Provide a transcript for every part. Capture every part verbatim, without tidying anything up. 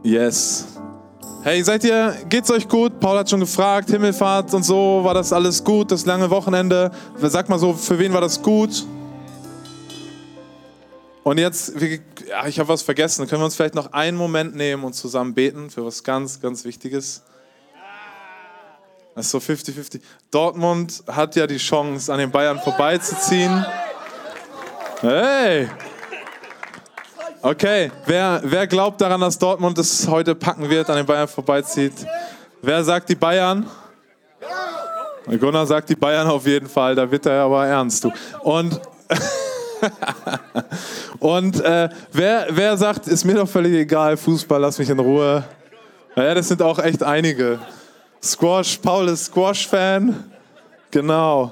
Yes. Hey, seid ihr, geht's euch gut? Paul hat schon gefragt, Himmelfahrt und so, war das alles gut, das lange Wochenende? Sag mal so, für wen war das gut? Und jetzt, wir, ja, ich habe was vergessen, können wir uns vielleicht noch einen Moment nehmen und zusammen beten für was ganz, ganz Wichtiges? Das ist so fünfzig fünfzig. Dortmund hat ja die Chance, an den Bayern vorbeizuziehen. Hey! Okay, wer, wer glaubt daran, dass Dortmund es heute packen wird, an den Bayern vorbeizieht? Wer sagt die Bayern? Gunnar sagt die Bayern auf jeden Fall, da wird er aber ernst. Du. Und, und äh, wer, wer sagt, ist mir doch völlig egal, Fußball, lass mich in Ruhe. Ja, das sind auch echt einige. Squash, Paul ist Squash-Fan. Genau.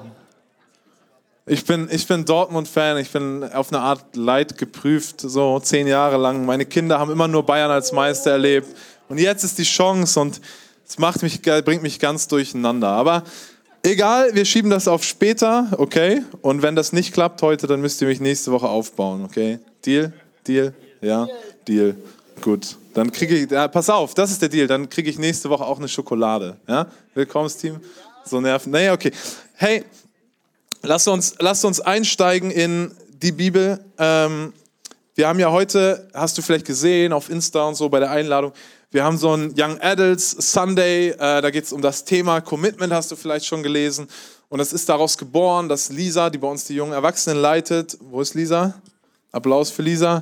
Ich bin, ich bin Dortmund-Fan, ich bin auf eine Art Leid geprüft, so zehn Jahre lang. Meine Kinder haben immer nur Bayern als Meister erlebt. Und jetzt ist die Chance und es macht mich, bringt mich ganz durcheinander. Aber egal, wir schieben das auf später, okay? Und wenn das nicht klappt heute, dann müsst ihr mich nächste Woche aufbauen, okay? Deal? Deal? Ja? Deal. Gut. Dann kriege ich, ja, pass auf, das ist der Deal, dann kriege ich nächste Woche auch eine Schokolade. Ja? Willkommensteam. So nerven. Nee, okay. Hey, Lass uns, lass uns einsteigen in die Bibel. Ähm, wir haben ja heute, hast du vielleicht gesehen, auf Insta und so bei der Einladung, wir haben so einen Young Adults Sunday, äh, da geht es um das Thema Commitment, hast du vielleicht schon gelesen. Und es ist daraus geboren, dass Lisa, die bei uns die jungen Erwachsenen leitet, wo ist Lisa? Applaus für Lisa.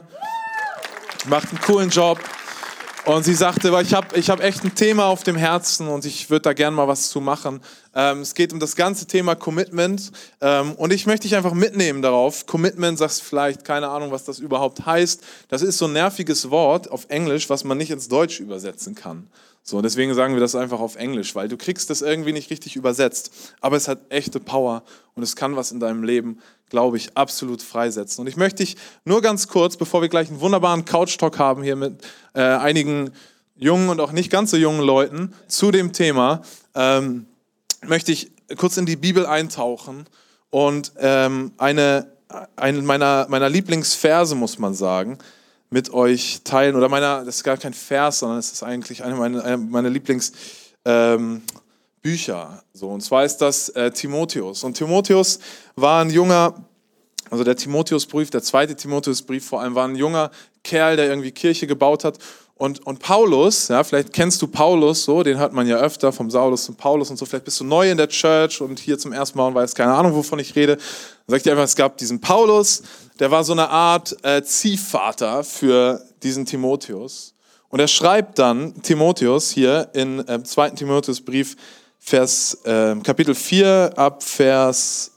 Macht einen coolen Job. Und sie sagte, ich habe ich hab echt ein Thema auf dem Herzen und ich würde da gerne mal was zu machen. Ähm, es geht um das ganze Thema Commitment ähm, und ich möchte dich einfach mitnehmen darauf. Commitment, sagst du vielleicht, keine Ahnung, was das überhaupt heißt. Das ist so ein nerviges Wort auf Englisch, was man nicht ins Deutsch übersetzen kann. So, deswegen sagen wir das einfach auf Englisch, weil du kriegst das irgendwie nicht richtig übersetzt. Aber es hat echte Power und es kann was in deinem Leben, glaube ich, absolut freisetzen. Und ich möchte dich nur ganz kurz, bevor wir gleich einen wunderbaren Couch-Talk haben hier mit äh, einigen jungen und auch nicht ganz so jungen Leuten zu dem Thema, ähm, möchte ich kurz in die Bibel eintauchen und ähm, eine, eine meiner, meiner Lieblingsverse, muss man sagen, mit euch teilen. Oder meiner, das ist gar kein Vers, sondern es ist eigentlich eine meiner, eine meiner Lieblingsbücher. Ähm, so, und zwar ist das äh, Timotheus. Und Timotheus war ein junger, also der Timotheusbrief, der zweite Timotheusbrief vor allem, war ein junger Kerl, der irgendwie Kirche gebaut hat. Und, und Paulus, ja, vielleicht kennst du Paulus, so, den hört man ja öfter, vom Saulus zum Paulus und so, vielleicht bist du neu in der Church und hier zum ersten Mal und weißt keine Ahnung, wovon ich rede. Dann sag ich dir einfach, es gab diesen Paulus, der war so eine Art äh, Ziehvater für diesen Timotheus. Und er schreibt dann, Timotheus hier in äh, zweiten Timotheusbrief, Vers, äh, Kapitel vier ab Vers,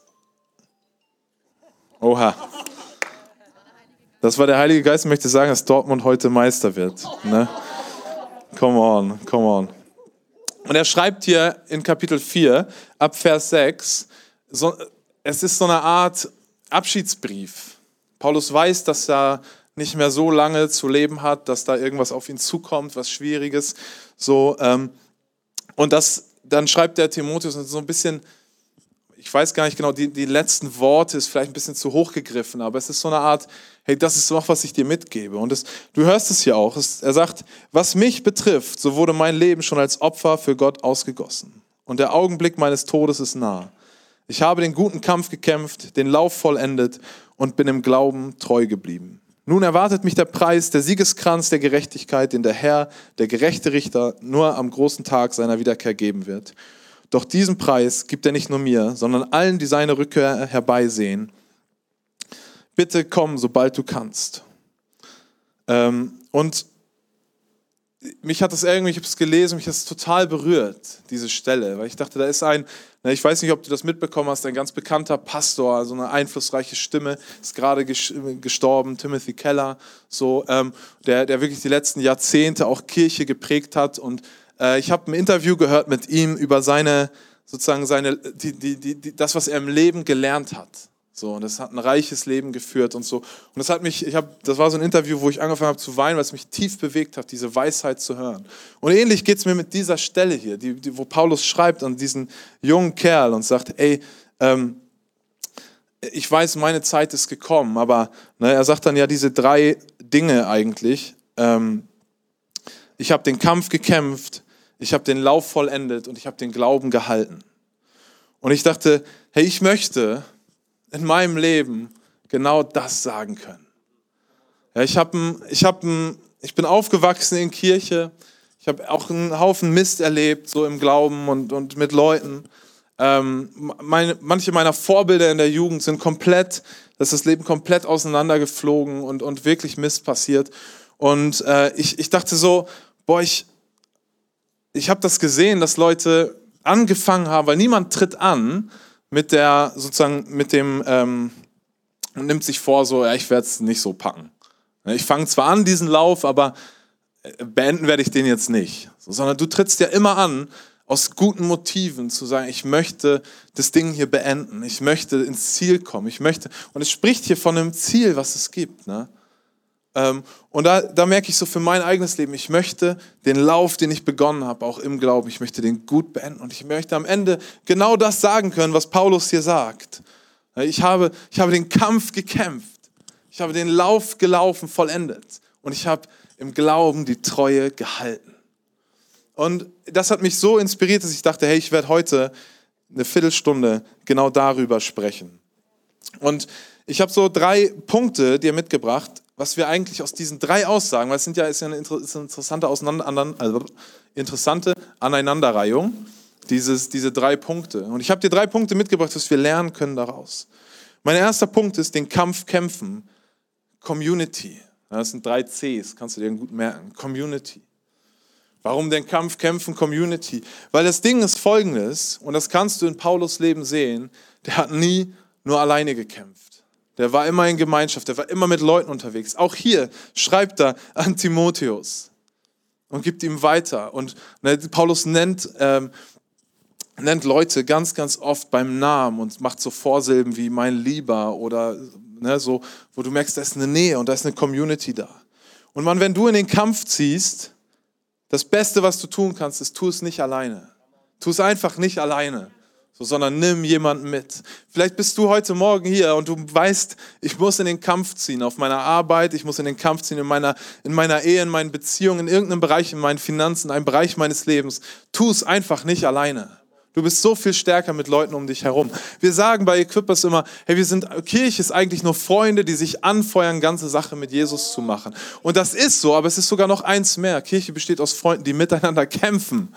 oha. Das war der Heilige Geist, möchte sagen, dass Dortmund heute Meister wird. Ne? Come on, come on. Und er schreibt hier in Kapitel vier, ab Vers sechs, so, es ist so eine Art Abschiedsbrief. Paulus weiß, dass er nicht mehr so lange zu leben hat, dass da irgendwas auf ihn zukommt, was Schwieriges. So, ähm, und das, dann schreibt der Timotheus so ein bisschen, ich weiß gar nicht genau, die, die letzten Worte ist vielleicht ein bisschen zu hoch gegriffen, aber es ist so eine Art, hey, das ist noch, was ich dir mitgebe. Und das, du hörst es hier auch. Es, er sagt, was mich betrifft, so wurde mein Leben schon als Opfer für Gott ausgegossen. Und der Augenblick meines Todes ist nah. Ich habe den guten Kampf gekämpft, den Lauf vollendet und bin im Glauben treu geblieben. Nun erwartet mich der Preis, der Siegeskranz der Gerechtigkeit, den der Herr, der gerechte Richter, nur am großen Tag seiner Wiederkehr geben wird. Doch diesen Preis gibt er nicht nur mir, sondern allen, die seine Rückkehr herbeisehen. Bitte komm, sobald du kannst. Ähm, und mich hat das irgendwie, ich habe es gelesen, mich hat es total berührt, diese Stelle, weil ich dachte, da ist ein, ich weiß nicht, ob du das mitbekommen hast, ein ganz bekannter Pastor, so eine einflussreiche Stimme, ist gerade gestorben, Timothy Keller, so, ähm, der, der wirklich die letzten Jahrzehnte auch Kirche geprägt hat. Und äh, ich habe ein Interview gehört mit ihm über seine, sozusagen seine, die, die, die, die, das, was er im Leben gelernt hat. So, und das hat ein reiches Leben geführt und so. Und das hat mich, ich habe, das war so ein Interview, wo ich angefangen habe zu weinen, weil es mich tief bewegt hat, diese Weisheit zu hören. Und ähnlich geht es mir mit dieser Stelle hier, die, die, wo Paulus schreibt an diesen jungen Kerl und sagt, ey, ähm, ich weiß, meine Zeit ist gekommen, aber ne, er sagt dann ja diese drei Dinge eigentlich. Ähm, ich habe den Kampf gekämpft, ich habe den Lauf vollendet und ich habe den Glauben gehalten. Und ich dachte, hey, ich möchte in meinem Leben genau das sagen können. Ja, ich, hab ein, ich, hab ein, ich bin aufgewachsen in Kirche, ich habe auch einen Haufen Mist erlebt, so im Glauben und, und mit Leuten. Ähm, meine, manche meiner Vorbilder in der Jugend sind komplett, da ist das Leben komplett auseinandergeflogen und, und wirklich Mist passiert. Und äh, ich, ich dachte so, boah, ich, ich habe das gesehen, dass Leute angefangen haben, weil niemand tritt an mit der, sozusagen mit dem, ähm, und nimmt sich vor, so, ja, ich werde es nicht so packen. Ich fange zwar an, diesen Lauf, aber beenden werde ich den jetzt nicht. So, sondern du trittst ja immer an, aus guten Motiven zu sagen, ich möchte das Ding hier beenden, ich möchte ins Ziel kommen, ich möchte, und es spricht hier von einem Ziel, was es gibt, ne? Ähm, und da, da merke ich so für mein eigenes Leben, ich möchte den Lauf, den ich begonnen habe, auch im Glauben, ich möchte den gut beenden und ich möchte am Ende genau das sagen können, was Paulus hier sagt. Ich habe, ich habe den Kampf gekämpft, ich habe den Lauf gelaufen, vollendet und ich habe im Glauben die Treue gehalten. Und das hat mich so inspiriert, dass ich dachte, hey, ich werde heute eine Viertelstunde genau darüber sprechen. Und ich habe so drei Punkte dir mitgebracht, was wir eigentlich aus diesen drei Aussagen, weil es sind ja, ist ja eine interessante, Auseinander, also interessante Aneinanderreihung, dieses, diese drei Punkte. Und ich habe dir drei Punkte mitgebracht, was wir lernen können daraus. Mein erster Punkt ist, den Kampf kämpfen, Community. Das sind drei C's, kannst du dir gut merken. Community. Warum den Kampf kämpfen? Community. Weil das Ding ist folgendes, und das kannst du in Paulus Leben sehen, der hat nie nur alleine gekämpft. Der war immer in Gemeinschaft, der war immer mit Leuten unterwegs. Auch hier schreibt er an Timotheus und gibt ihm weiter. Und Paulus nennt, ähm, nennt Leute ganz, ganz oft beim Namen und macht so Vorsilben wie mein Lieber oder ne, so, wo du merkst, da ist eine Nähe und da ist eine Community da. Und man, wenn du in den Kampf ziehst, das Beste, was du tun kannst, ist, tu es nicht alleine. Tu es einfach nicht alleine, so, sondern nimm jemanden mit. Vielleicht bist du heute Morgen hier und du weißt, ich muss in den Kampf ziehen auf meiner Arbeit, ich muss in den Kampf ziehen in meiner, in meiner Ehe, in meinen Beziehungen, in irgendeinem Bereich, in meinen Finanzen, in einem Bereich meines Lebens. Tu es einfach nicht alleine. Du bist so viel stärker mit Leuten um dich herum. Wir sagen bei Equippers immer, hey, wir sind, Kirche ist eigentlich nur Freunde, die sich anfeuern, ganze Sache mit Jesus zu machen. Und das ist so, aber es ist sogar noch eins mehr. Kirche besteht aus Freunden, die miteinander kämpfen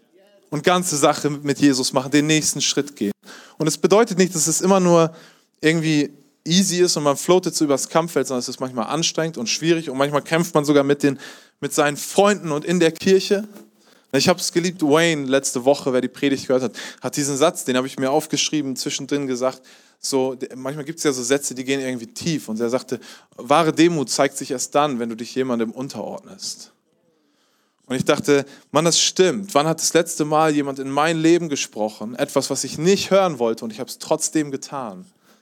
und ganze Sache mit Jesus machen, den nächsten Schritt gehen. Und es bedeutet nicht, dass es immer nur irgendwie easy ist und man floatet so übers Kampffeld, sondern es ist manchmal anstrengend und schwierig und manchmal kämpft man sogar mit, den, mit seinen Freunden und in der Kirche. Ich habe es geliebt, Wayne letzte Woche, wer die Predigt gehört hat, hat diesen Satz, den habe ich mir aufgeschrieben, zwischendrin gesagt, so, manchmal gibt es ja so Sätze, die gehen irgendwie tief und er sagte, wahre Demut zeigt sich erst dann, wenn du dich jemandem unterordnest. Und ich dachte, Mann, das stimmt. Wann hat das letzte Mal jemand in mein Leben gesprochen, etwas, was ich nicht hören wollte und ich habe es trotzdem getan?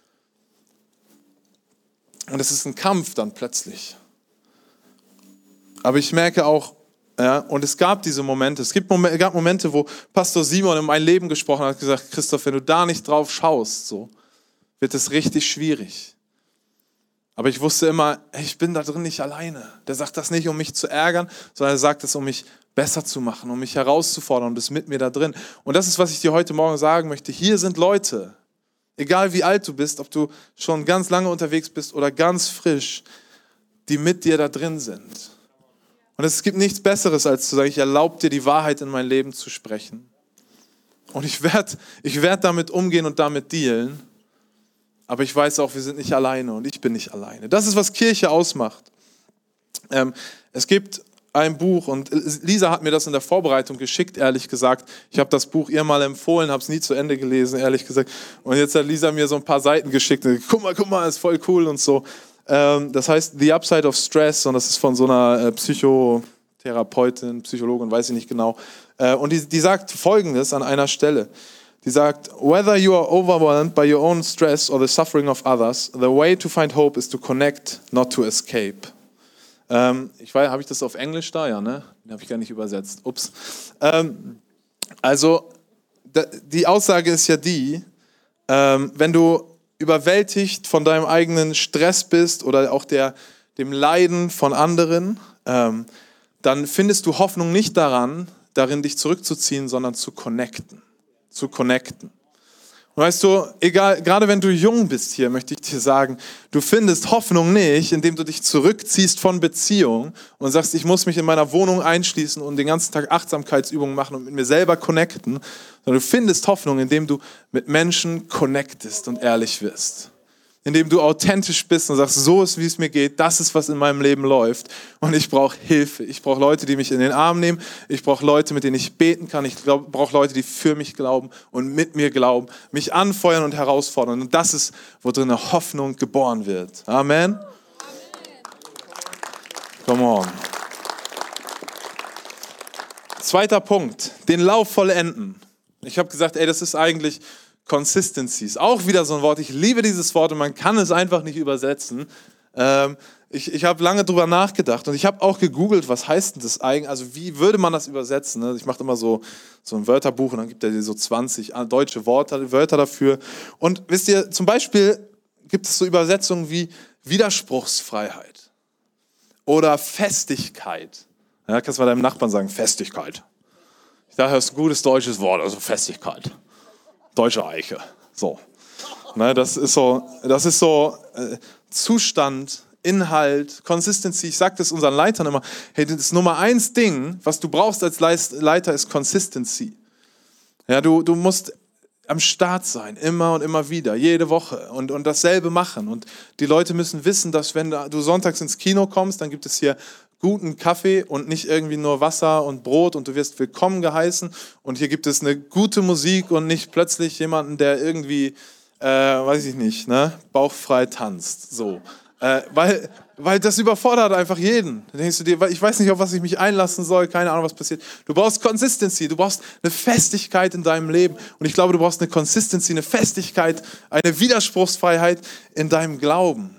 Und es ist ein Kampf dann plötzlich. Aber ich merke auch, ja, und es gab diese Momente, es gibt Momente, gab Momente, wo Pastor Simon in mein Leben gesprochen hat und gesagt, Christoph, wenn du da nicht drauf schaust, so, wird es richtig schwierig. Aber ich wusste immer, ich bin da drin nicht alleine. Der sagt das nicht, um mich zu ärgern, sondern er sagt es, um mich besser zu machen, um mich herauszufordern und ist mit mir da drin. Und das ist, was ich dir heute Morgen sagen möchte. Hier sind Leute, egal wie alt du bist, ob du schon ganz lange unterwegs bist oder ganz frisch, die mit dir da drin sind. Und es gibt nichts Besseres, als zu sagen, ich erlaube dir, die Wahrheit in mein Leben zu sprechen. Und ich werde ich werd damit umgehen und damit dealen. Aber ich weiß auch, wir sind nicht alleine und ich bin nicht alleine. Das ist, was Kirche ausmacht. Ähm, es gibt ein Buch und Lisa hat mir das in der Vorbereitung geschickt, ehrlich gesagt. Ich habe das Buch ihr mal empfohlen, habe es nie zu Ende gelesen, ehrlich gesagt. Und jetzt hat Lisa mir so ein paar Seiten geschickt. Und, guck mal, guck mal, ist voll cool und so. Das heißt The Upside of Stress und das ist von so einer Psychotherapeutin, Psychologin, weiß ich nicht genau. Und die, die sagt Folgendes an einer Stelle. Die sagt, whether you are overwhelmed by your own stress or the suffering of others, the way to find hope is to connect, not to escape. Ähm, ich weiß, habe ich das auf Englisch da? Ja, ne? Den habe ich gar nicht übersetzt. Ups. Ähm, also, die Aussage ist ja die, ähm, wenn du überwältigt von deinem eigenen Stress bist oder auch der, dem Leiden von anderen, ähm, dann findest du Hoffnung nicht daran, darin dich zurückzuziehen, sondern zu connecten. Zu connecten. Und weißt du, egal, gerade wenn du jung bist hier, möchte ich dir sagen, du findest Hoffnung nicht, indem du dich zurückziehst von Beziehung und sagst, ich muss mich in meiner Wohnung einschließen und den ganzen Tag Achtsamkeitsübungen machen und mit mir selber connecten, sondern du findest Hoffnung, indem du mit Menschen connectest und ehrlich wirst. Indem du authentisch bist und sagst, so ist, wie es mir geht, das ist, was in meinem Leben läuft und ich brauche Hilfe. Ich brauche Leute, die mich in den Arm nehmen. Ich brauche Leute, mit denen ich beten kann. Ich brauche Leute, die für mich glauben und mit mir glauben, mich anfeuern und herausfordern. Und das ist, wo drin eine Hoffnung geboren wird. Amen. Come on. Zweiter Punkt, den Lauf vollenden. Ich habe gesagt, ey, das ist eigentlich Consistency. Ist auch wieder so ein Wort. Ich liebe dieses Wort und man kann es einfach nicht übersetzen. Ähm, ich ich habe lange drüber nachgedacht und ich habe auch gegoogelt, was heißt denn das eigentlich? Also wie würde man das übersetzen? Ne? Ich mache immer so, so ein Wörterbuch und dann gibt er dir so zwanzig deutsche Worte, Wörter dafür. Und wisst ihr, zum Beispiel gibt es so Übersetzungen wie Widerspruchsfreiheit oder Festigkeit. Ja, kannst du mal deinem Nachbarn sagen, Festigkeit. Ich dachte, das ist ein gutes deutsches Wort, also Festigkeit. Deutsche Eiche. So. Ne, das ist so, das ist so äh, Zustand, Inhalt, Consistency. Ich sage das unseren Leitern immer, hey, das Nummer eins Ding, was du brauchst als Leiter, ist Consistency. Ja, du, du musst am Start sein, immer und immer wieder, jede Woche und, und dasselbe machen. Und die Leute müssen wissen, dass wenn du sonntags ins Kino kommst, dann gibt es hier guten Kaffee und nicht irgendwie nur Wasser und Brot und du wirst willkommen geheißen und hier gibt es eine gute Musik und nicht plötzlich jemanden, der irgendwie, äh, weiß ich nicht, ne, bauchfrei tanzt, so. Äh, weil, weil das überfordert einfach jeden. Da denkst du dir, ich weiß nicht, auf was ich mich einlassen soll, keine Ahnung, was passiert. Du brauchst Consistency, du brauchst eine Festigkeit in deinem Leben und ich glaube, du brauchst eine Consistency, eine Festigkeit, eine Widerspruchsfreiheit in deinem Glauben.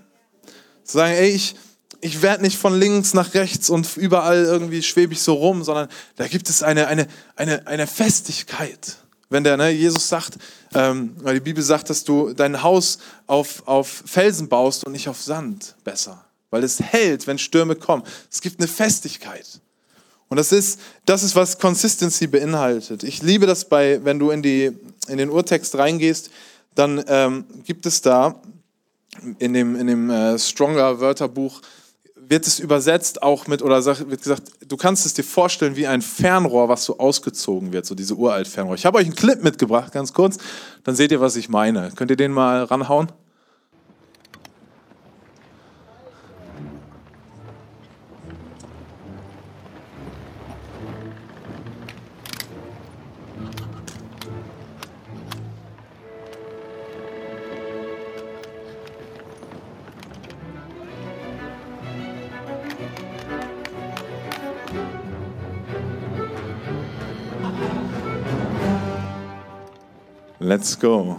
Zu sagen, ey, ich Ich werde nicht von links nach rechts und überall irgendwie schwebe ich so rum, sondern da gibt es eine, eine, eine, eine Festigkeit. Wenn der, ne, Jesus sagt, ähm, weil die Bibel sagt, dass du dein Haus auf, auf Felsen baust und nicht auf Sand besser. Weil es hält, wenn Stürme kommen. Es gibt eine Festigkeit. Und das ist, das ist, was Consistency beinhaltet. Ich liebe das bei, wenn du in, die, in den Urtext reingehst, dann ähm, gibt es da in dem, in dem äh, Stronger Wörterbuch wird es übersetzt auch mit, oder wird gesagt, du kannst es dir vorstellen wie ein Fernrohr, was so ausgezogen wird, so diese uralt Fernrohr. Ich habe euch einen Clip mitgebracht, ganz kurz, dann seht ihr, was ich meine. Könnt ihr den mal ranhauen? Let's go.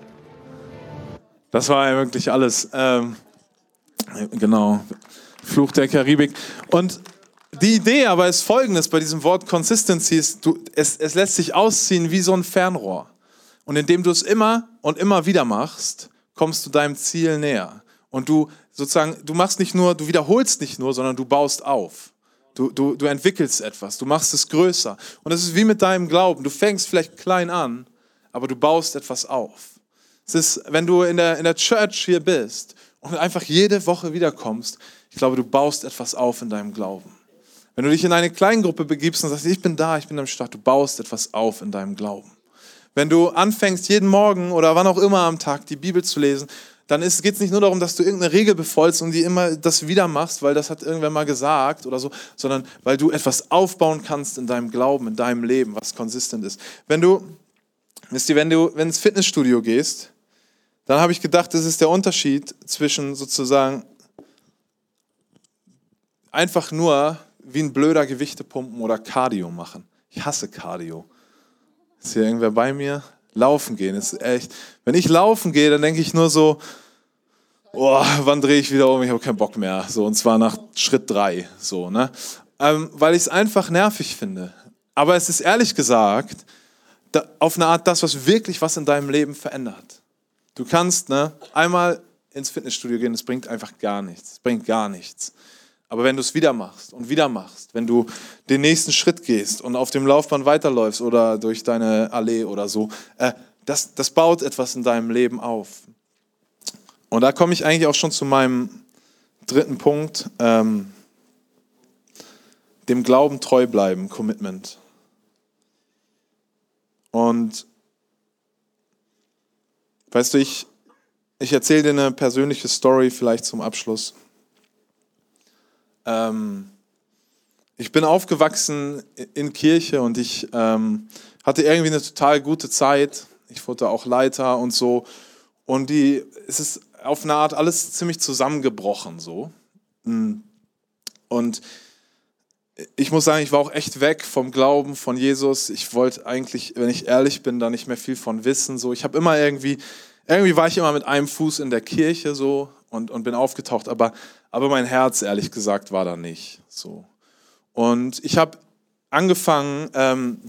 Das war ja wirklich alles. Ähm, genau. Fluch der Karibik. Und die Idee aber ist folgendes bei diesem Wort Consistency ist, du, es, es lässt sich ausziehen wie so ein Fernrohr. Und indem du es immer und immer wieder machst, kommst du deinem Ziel näher. Und du sozusagen, du machst nicht nur, du wiederholst nicht nur, sondern du baust auf. Du, du, du entwickelst etwas, du machst es größer. Und das ist wie mit deinem Glauben. Du fängst vielleicht klein an, aber du baust etwas auf. Es ist, wenn du in der, in der Church hier bist und einfach jede Woche wiederkommst, ich glaube, du baust etwas auf in deinem Glauben. Wenn du dich in eine Kleingruppe begibst und sagst, ich bin da, ich bin am Start, du baust etwas auf in deinem Glauben. Wenn du anfängst, jeden Morgen oder wann auch immer am Tag die Bibel zu lesen, dann geht es nicht nur darum, dass du irgendeine Regel befolgst und die immer das wieder machst, weil das hat irgendwer mal gesagt oder so, sondern weil du etwas aufbauen kannst in deinem Glauben, in deinem Leben, was konsistent ist. Wenn du Wisst ihr, wenn du wenn ins Fitnessstudio gehst, dann habe ich gedacht, das ist der Unterschied zwischen sozusagen einfach nur wie ein blöder Gewichte pumpen oder Cardio machen. Ich hasse Cardio. Ist hier irgendwer bei mir? Laufen gehen ist echt. Wenn ich laufen gehe, dann denke ich nur so, oh, wann drehe ich wieder um? Ich habe keinen Bock mehr. So, und zwar nach Schritt drei. So, ne? Ähm, weil ich es einfach nervig finde. Aber es ist ehrlich gesagt auf eine Art das, was wirklich was in deinem Leben verändert. Du kannst ne, einmal ins Fitnessstudio gehen, es bringt einfach gar nichts. Es bringt gar nichts. Aber wenn du es wieder machst und wieder machst, wenn du den nächsten Schritt gehst und auf dem Laufband weiterläufst oder durch deine Allee oder so, äh, das, das baut etwas in deinem Leben auf. Und da komme ich eigentlich auch schon zu meinem dritten Punkt, ähm, dem Glauben treu bleiben, Commitment. Und weißt du, ich, ich erzähle dir eine persönliche Story vielleicht zum Abschluss. Ähm, ich bin aufgewachsen in Kirche und ich ähm, hatte irgendwie eine total gute Zeit. Ich wurde auch Leiter und so. Und die, es ist auf eine Art alles ziemlich zusammengebrochen so. Und ich muss sagen, ich war auch echt weg vom Glauben von Jesus. Ich wollte eigentlich, wenn ich ehrlich bin, da nicht mehr viel von wissen. So, ich habe immer irgendwie, irgendwie war ich immer mit einem Fuß in der Kirche so und, und bin aufgetaucht, aber, aber mein Herz, ehrlich gesagt, war da nicht so. Und ich habe angefangen, ähm,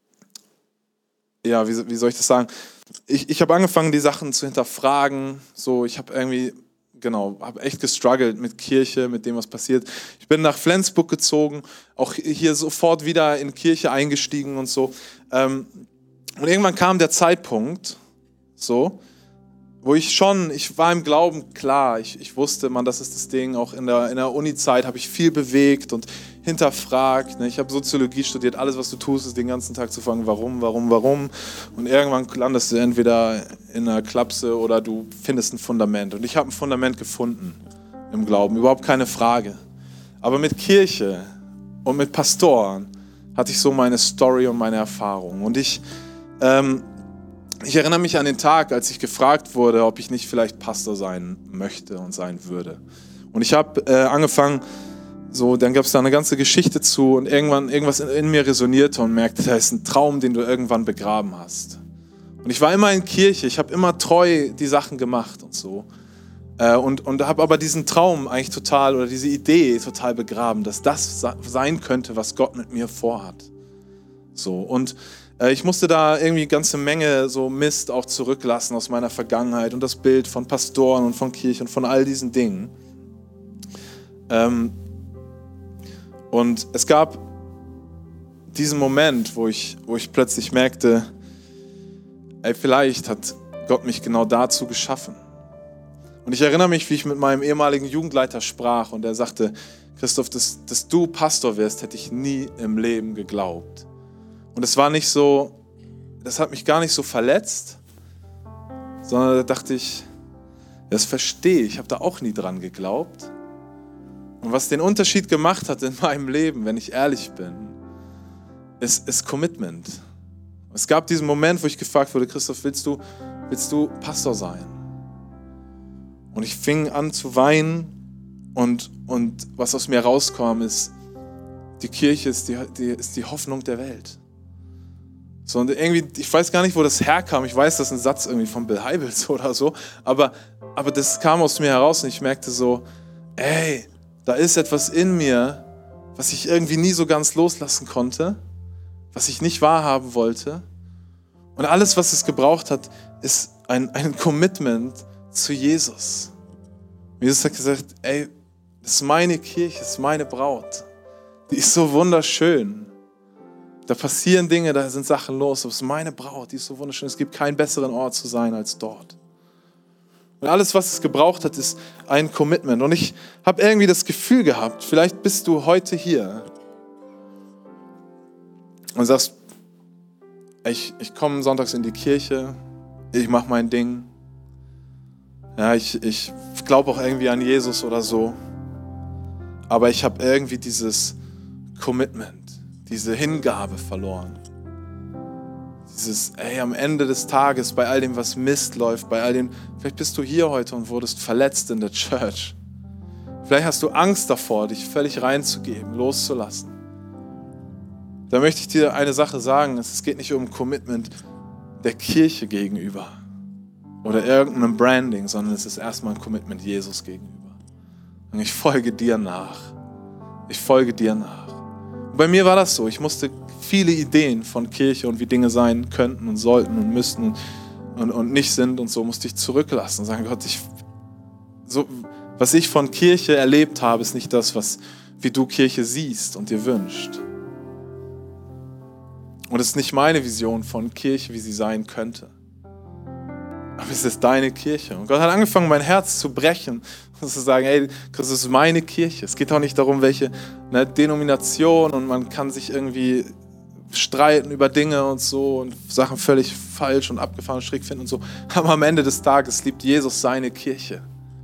ja, wie, wie soll ich das sagen? Ich, ich habe angefangen, die Sachen zu hinterfragen. So, ich habe irgendwie, genau, habe echt gestruggelt mit Kirche, mit dem, was passiert. Ich bin nach Flensburg gezogen, auch hier sofort wieder in Kirche eingestiegen und so. Ähm, und irgendwann kam der Zeitpunkt, so, wo ich schon, ich war im Glauben klar, ich, ich wusste, man, das ist das Ding, auch in der, in der Uni-Zeit habe ich viel bewegt und hinterfragt. Ne? Ich habe Soziologie studiert, alles, was du tust, ist den ganzen Tag zu fragen, warum, warum, warum. Und irgendwann landest du entweder in einer Klapse oder du findest ein Fundament. Und ich habe ein Fundament gefunden im Glauben, überhaupt keine Frage. Aber mit Kirche und mit Pastoren hatte ich so meine Story und meine Erfahrung. Und ich... Ähm, Ich erinnere mich an den Tag, als ich gefragt wurde, ob ich nicht vielleicht Pastor sein möchte und sein würde. Und ich habe äh, angefangen, so, dann gab es da eine ganze Geschichte zu und irgendwann irgendwas in, in mir resonierte und merkte, da ist ein Traum, den du irgendwann begraben hast. Und ich war immer in Kirche, ich habe immer treu die Sachen gemacht und so. Äh, und und habe aber diesen Traum eigentlich total, oder diese Idee total begraben, dass das sein könnte, was Gott mit mir vorhat. So, und ich musste da irgendwie eine ganze Menge so Mist auch zurücklassen aus meiner Vergangenheit und das Bild von Pastoren und von Kirche und von all diesen Dingen. Ähm und es gab diesen Moment, wo ich, wo ich plötzlich merkte, ey, vielleicht hat Gott mich genau dazu geschaffen. Und ich erinnere mich, wie ich mit meinem ehemaligen Jugendleiter sprach und er sagte, Christoph, dass, dass du Pastor wirst, hätte ich nie im Leben geglaubt. Und es war nicht so, das hat mich gar nicht so verletzt, sondern da dachte ich, das verstehe ich, ich habe da auch nie dran geglaubt. Und was den Unterschied gemacht hat in meinem Leben, wenn ich ehrlich bin, ist, ist Commitment. Es gab diesen Moment, wo ich gefragt wurde, Christoph, willst du, willst du Pastor sein? Und ich fing an zu weinen und, und was aus mir rauskam, ist, die Kirche ist die, die, ist die Hoffnung der Welt. So, und irgendwie, ich weiß gar nicht, wo das herkam. Ich weiß, das ist ein Satz irgendwie von Bill Hybels oder so. Aber, aber das kam aus mir heraus und ich merkte so, ey, da ist etwas in mir, was ich irgendwie nie so ganz loslassen konnte, was ich nicht wahrhaben wollte. Und alles, was es gebraucht hat, ist ein, ein Commitment zu Jesus. Jesus hat gesagt, ey, das ist meine Kirche, das ist meine Braut. Die ist so wunderschön. Da passieren Dinge, da sind Sachen los. Das ist meine Braut, die ist so wunderschön. Es gibt keinen besseren Ort zu sein als dort. Und alles, was es gebraucht hat, ist ein Commitment. Und ich habe irgendwie das Gefühl gehabt, vielleicht bist du heute hier und sagst, ich, ich komme sonntags in die Kirche, ich mache mein Ding. Ja, ich, ich glaube auch irgendwie an Jesus oder so. Aber ich habe irgendwie dieses Commitment, diese Hingabe verloren. Dieses, ey, am Ende des Tages, bei all dem, was Mist läuft, bei all dem, vielleicht bist du hier heute und wurdest verletzt in der Church. Vielleicht hast du Angst davor, dich völlig reinzugeben, loszulassen. Da möchte ich dir eine Sache sagen, es geht nicht um Commitment der Kirche gegenüber oder irgendeinem Branding, sondern es ist erstmal ein Commitment Jesus gegenüber. Und ich folge dir nach. Ich folge dir nach. Bei mir war das so, ich musste viele Ideen von Kirche und wie Dinge sein könnten und sollten und müssten und, und nicht sind und so musste ich zurücklassen und sagen, Gott, ich, so, Was ich von Kirche erlebt habe, ist nicht das, was, wie du Kirche siehst und dir wünscht. Und es ist nicht meine Vision von Kirche, wie sie sein könnte. Aber es ist deine Kirche. Und Gott hat angefangen, mein Herz zu brechen und zu sagen, ey, das ist meine Kirche. Es geht auch nicht darum, welche ne, Denomination und man kann sich irgendwie streiten über Dinge und so und Sachen völlig falsch und abgefahren und schräg finden und so. Aber am Ende des Tages liebt Jesus seine Kirche.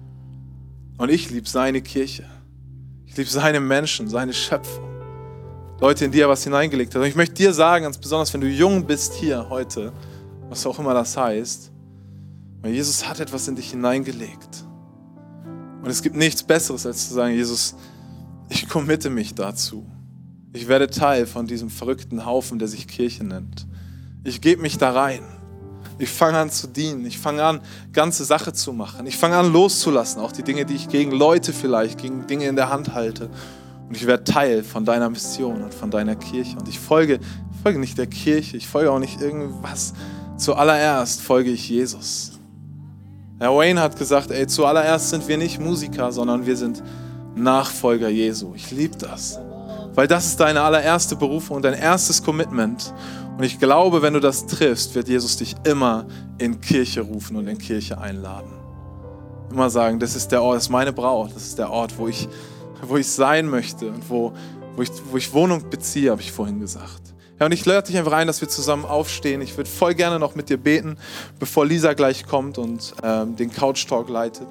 Und ich liebe seine Kirche. Ich liebe seine Menschen, seine Schöpfung. Leute, in die er was hineingelegt hat. Und ich möchte dir sagen, ganz besonders, wenn du jung bist hier heute, was auch immer das heißt, weil Jesus hat etwas in dich hineingelegt. Und es gibt nichts Besseres, als zu sagen, Jesus, ich committe mich dazu. Ich werde Teil von diesem verrückten Haufen, der sich Kirche nennt. Ich gebe mich da rein. Ich fange an zu dienen. Ich fange an, ganze Sache zu machen. Ich fange an loszulassen, auch die Dinge, die ich gegen Leute vielleicht, gegen Dinge in der Hand halte. Und ich werde Teil von deiner Mission und von deiner Kirche. Und ich folge, folge nicht der Kirche, ich folge auch nicht irgendwas. Zuallererst folge ich Jesus. Herr Wayne hat gesagt, ey, zuallererst sind wir nicht Musiker, sondern wir sind Nachfolger Jesu. Ich liebe das. Weil das ist deine allererste Berufung und dein erstes Commitment. Und ich glaube, wenn du das triffst, wird Jesus dich immer in Kirche rufen und in Kirche einladen. Immer sagen, das ist der Ort, das ist meine Braut, das ist der Ort, wo ich, wo ich sein möchte und wo, wo, ich, wo ich Wohnung beziehe, habe ich vorhin gesagt. Ja, und ich lade dich einfach ein, dass wir zusammen aufstehen. Ich würde voll gerne noch mit dir beten, bevor Lisa gleich kommt und ähm, den Couch Talk leitet.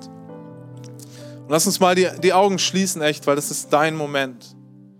Und lass uns mal die, die Augen schließen, echt, weil das ist dein Moment.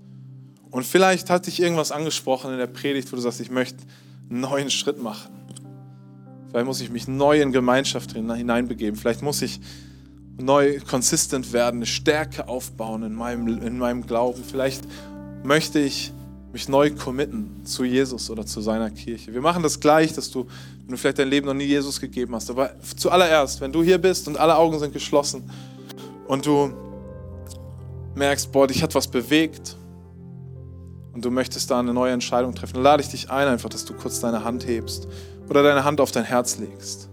Und vielleicht hat dich irgendwas angesprochen in der Predigt, wo du sagst, ich möchte einen neuen Schritt machen. Vielleicht muss ich mich neu in Gemeinschaft hineinbegeben. Vielleicht muss ich neu consistent werden, eine Stärke aufbauen in meinem, in meinem Glauben. Vielleicht möchte ich mich neu committen zu Jesus oder zu seiner Kirche. Wir machen das gleich, dass du, wenn du vielleicht dein Leben noch nie Jesus gegeben hast, aber zuallererst, wenn du hier bist und alle Augen sind geschlossen und du merkst, boah, dich hat was bewegt, und du möchtest da eine neue Entscheidung treffen, dann lade ich dich ein, einfach, dass du kurz deine Hand hebst oder deine Hand auf dein Herz legst.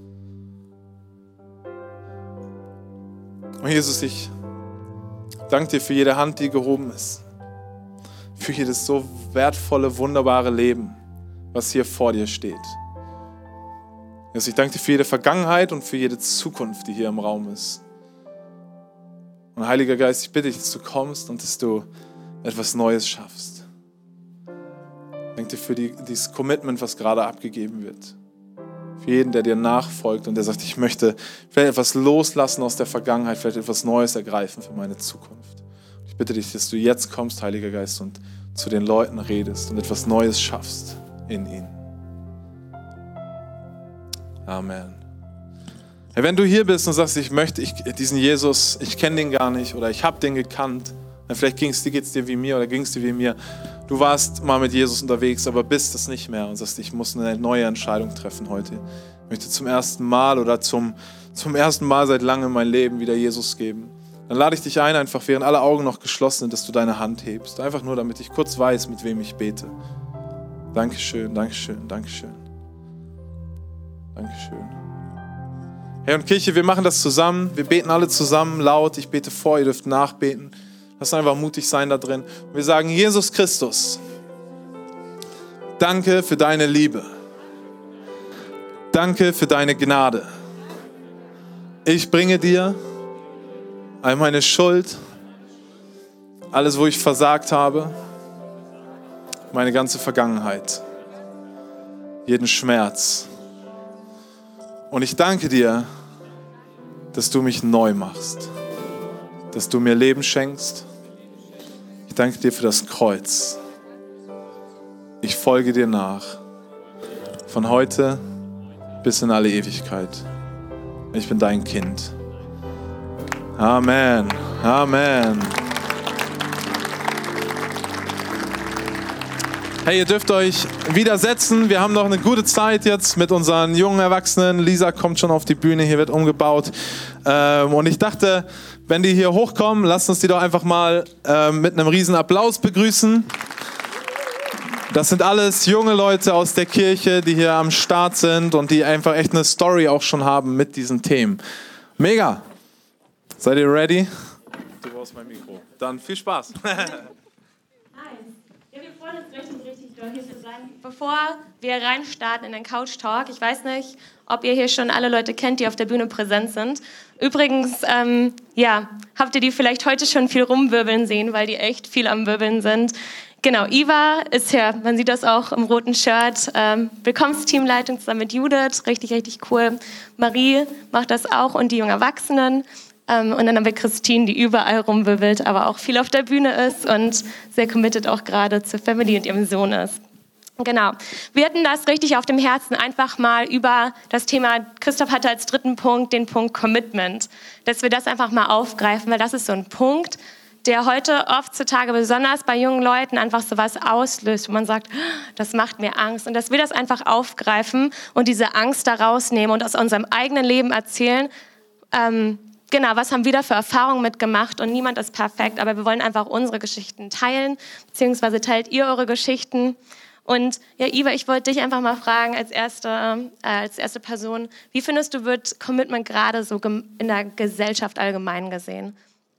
Und Jesus, ich danke dir für jede Hand, die gehoben ist. Für jedes so wertvolle, wunderbare Leben, was hier vor dir steht. Jesus, ich danke dir für jede Vergangenheit und für jede Zukunft, die hier im Raum ist. Und Heiliger Geist, ich bitte dich, dass du kommst und dass du etwas Neues schaffst. Ich danke dir für die, dieses Commitment, was gerade abgegeben wird. Für jeden, der dir nachfolgt und der sagt, ich möchte vielleicht etwas loslassen aus der Vergangenheit, vielleicht etwas Neues ergreifen für meine Zukunft. Ich bitte dich, dass du jetzt kommst, Heiliger Geist, und zu den Leuten redest und etwas Neues schaffst in ihnen. Amen. Ja, wenn du hier bist und sagst, ich möchte ich, diesen Jesus, ich kenne den gar nicht oder ich habe den gekannt, vielleicht geht es dir wie mir oder ging es dir wie mir. Du warst mal mit Jesus unterwegs, aber bist es nicht mehr und sagst, ich muss eine neue Entscheidung treffen heute. Ich möchte zum ersten Mal oder zum, zum ersten Mal seit langem mein Leben wieder Jesus geben. Dann lade ich dich ein, einfach während alle Augen noch geschlossen sind, dass du deine Hand hebst. Einfach nur, damit ich kurz weiß, mit wem ich bete. Dankeschön, Dankeschön, Dankeschön. Dankeschön. Hey und Kirche, wir machen das zusammen. Wir beten alle zusammen laut. Ich bete vor, ihr dürft nachbeten. Lass einfach mutig sein da drin. Und wir sagen, Jesus Christus, danke für deine Liebe. Danke für deine Gnade. Ich bringe dir all meine Schuld, alles, wo ich versagt habe, meine ganze Vergangenheit, jeden Schmerz. Und ich danke dir, dass du mich neu machst, dass du mir Leben schenkst. Ich danke dir für das Kreuz. Ich folge dir nach. Von heute bis in alle Ewigkeit. Ich bin dein Kind. Amen. Amen. Hey, ihr dürft euch wieder setzen. Wir haben noch eine gute Zeit jetzt mit unseren jungen Erwachsenen. Lisa kommt schon auf die Bühne, hier wird umgebaut. Und ich dachte, wenn die hier hochkommen, lasst uns die doch einfach mal mit einem riesen Applaus begrüßen. Das sind alles junge Leute aus der Kirche, die hier am Start sind und die einfach echt eine Story auch schon haben mit diesen Themen. Mega! Seid ihr ready? Du brauchst mein Mikro. Dann viel Spaß. Nice. Ja, wir freuen uns richtig, richtig doll, hier zu sein. Bevor wir reinstarten in den Couch Talk, ich weiß nicht, ob ihr hier schon alle Leute kennt, die auf der Bühne präsent sind. Übrigens, ähm, ja, habt ihr die vielleicht heute schon viel rumwirbeln sehen, weil die echt viel am Wirbeln sind. Genau, Iva ist ja, man sieht das auch im roten Shirt, ähm, Willkommensteamleitung zusammen mit Judith, richtig, richtig cool. Marie macht das auch und die jungen Erwachsenen. Ähm, und dann haben wir Christine, die überall rumwirbelt, aber auch viel auf der Bühne ist und sehr committed auch gerade zur Family und ihrem Sohn ist. Genau. Wir hatten das richtig auf dem Herzen, einfach mal über das Thema, Christoph hatte als dritten Punkt den Punkt Commitment, dass wir das einfach mal aufgreifen, weil das ist so ein Punkt, der heute oft zutage, besonders bei jungen Leuten, einfach so was auslöst, wo man sagt, das macht mir Angst. Und dass wir das einfach aufgreifen und diese Angst da rausnehmen und aus unserem eigenen Leben erzählen, ähm, genau, was haben wir da für Erfahrungen mitgemacht und niemand ist perfekt, aber wir wollen einfach unsere Geschichten teilen, beziehungsweise teilt ihr eure Geschichten. Und ja, Iva, ich wollte dich einfach mal fragen als erste, äh, als erste Person, wie findest du, wird Commitment gerade so gem- in der Gesellschaft allgemein gesehen?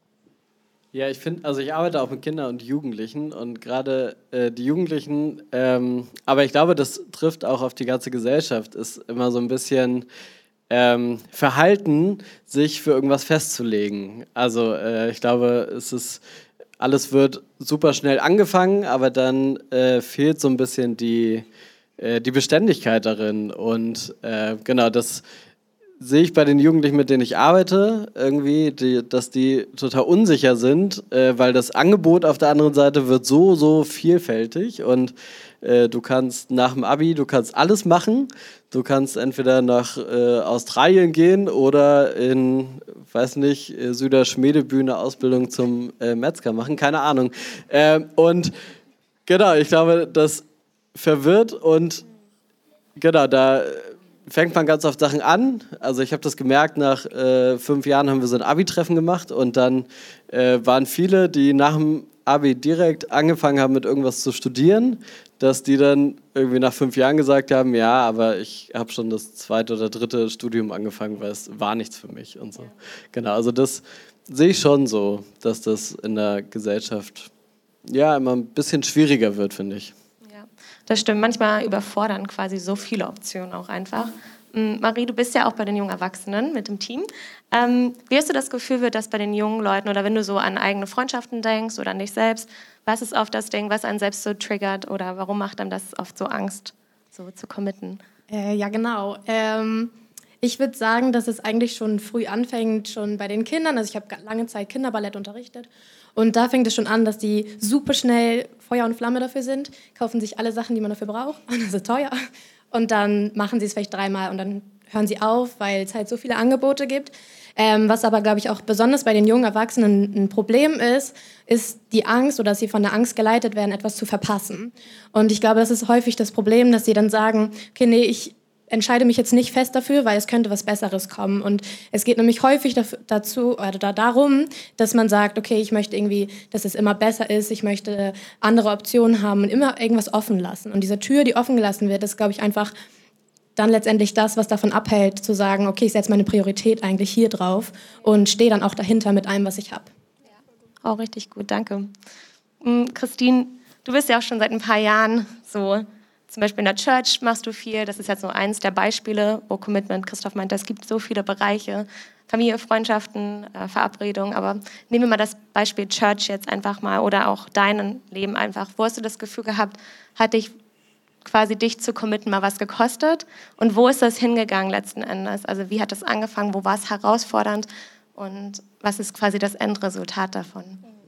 Ja, ich finde, also ich arbeite auch mit Kindern und Jugendlichen und gerade äh, die Jugendlichen, ähm, aber ich glaube, das trifft auch auf die ganze Gesellschaft, ist immer so ein bisschen ähm, Verhalten, sich für irgendwas festzulegen. Also äh, ich glaube, es ist, alles wird super schnell angefangen, aber dann äh, fehlt so ein bisschen die, äh, die Beständigkeit darin und äh, genau, das sehe ich bei den Jugendlichen, mit denen ich arbeite, irgendwie, die, dass die total unsicher sind, äh, weil das Angebot auf der anderen Seite wird so, so vielfältig und äh, du kannst nach dem Abi, du kannst alles machen, du kannst entweder nach äh, Australien gehen oder in, weiß nicht, Süderschmiedebühne Ausbildung zum äh, Metzger machen, keine Ahnung. Äh, und genau, ich glaube, das verwirrt und genau, da fängt man ganz oft Sachen an. Also ich habe das gemerkt, nach äh, fünf Jahren haben wir so ein Abi-Treffen gemacht und dann äh, waren viele, die nach dem Abi direkt angefangen haben, mit irgendwas zu studieren, dass die dann irgendwie nach fünf Jahren gesagt haben, ja, aber ich habe schon das zweite oder dritte Studium angefangen, weil es war nichts für mich und so. Genau, also das sehe ich schon so, dass das in der Gesellschaft ja immer ein bisschen schwieriger wird, finde ich. Das stimmt, manchmal überfordern quasi so viele Optionen auch einfach. Marie, du bist ja auch bei den jungen Erwachsenen mit dem Team. Ähm, wie hast du das Gefühl, wird das bei den jungen Leuten oder wenn du so an eigene Freundschaften denkst oder an dich selbst, was ist oft das Ding, was einen selbst so triggert oder warum macht einem das oft so Angst, so zu committen? Äh, ja, genau. Ähm, ich würde sagen, dass es eigentlich schon früh anfängt, schon bei den Kindern. Also ich habe lange Zeit Kinderballett unterrichtet. Und da fängt es schon an, dass die super schnell Feuer und Flamme dafür sind, kaufen sich alle Sachen, die man dafür braucht, und das ist teuer. Und dann machen sie es vielleicht dreimal und dann hören sie auf, weil es halt so viele Angebote gibt. Ähm, was aber, glaube ich, auch besonders bei den jungen Erwachsenen ein Problem ist, ist die Angst oder dass sie von der Angst geleitet werden, etwas zu verpassen. Und ich glaube, das ist häufig das Problem, dass sie dann sagen, okay, nee, ich entscheide mich jetzt nicht fest dafür, weil es könnte was Besseres kommen. Und es geht nämlich häufig dazu oder da darum, dass man sagt, okay, ich möchte irgendwie, dass es immer besser ist, ich möchte andere Optionen haben und immer irgendwas offen lassen. Und diese Tür, die offen gelassen wird, ist, glaube ich, einfach dann letztendlich das, was davon abhält, zu sagen, okay, ich setze meine Priorität eigentlich hier drauf und stehe dann auch dahinter mit allem, was ich habe. Ja. Auch richtig gut, danke. Christine, du bist ja auch schon seit ein paar Jahren so, zum Beispiel in der Church machst du viel, das ist jetzt nur eins der Beispiele, wo Commitment, Christoph meint, es gibt so viele Bereiche, Familie, Freundschaften, äh, Verabredungen, aber nehmen wir mal das Beispiel Church jetzt einfach mal oder auch dein Leben einfach. Wo hast du das Gefühl gehabt, hat dich quasi dich zu committen mal was gekostet und wo ist das hingegangen letzten Endes? Also wie hat das angefangen, wo war es herausfordernd und was ist quasi das Endresultat davon?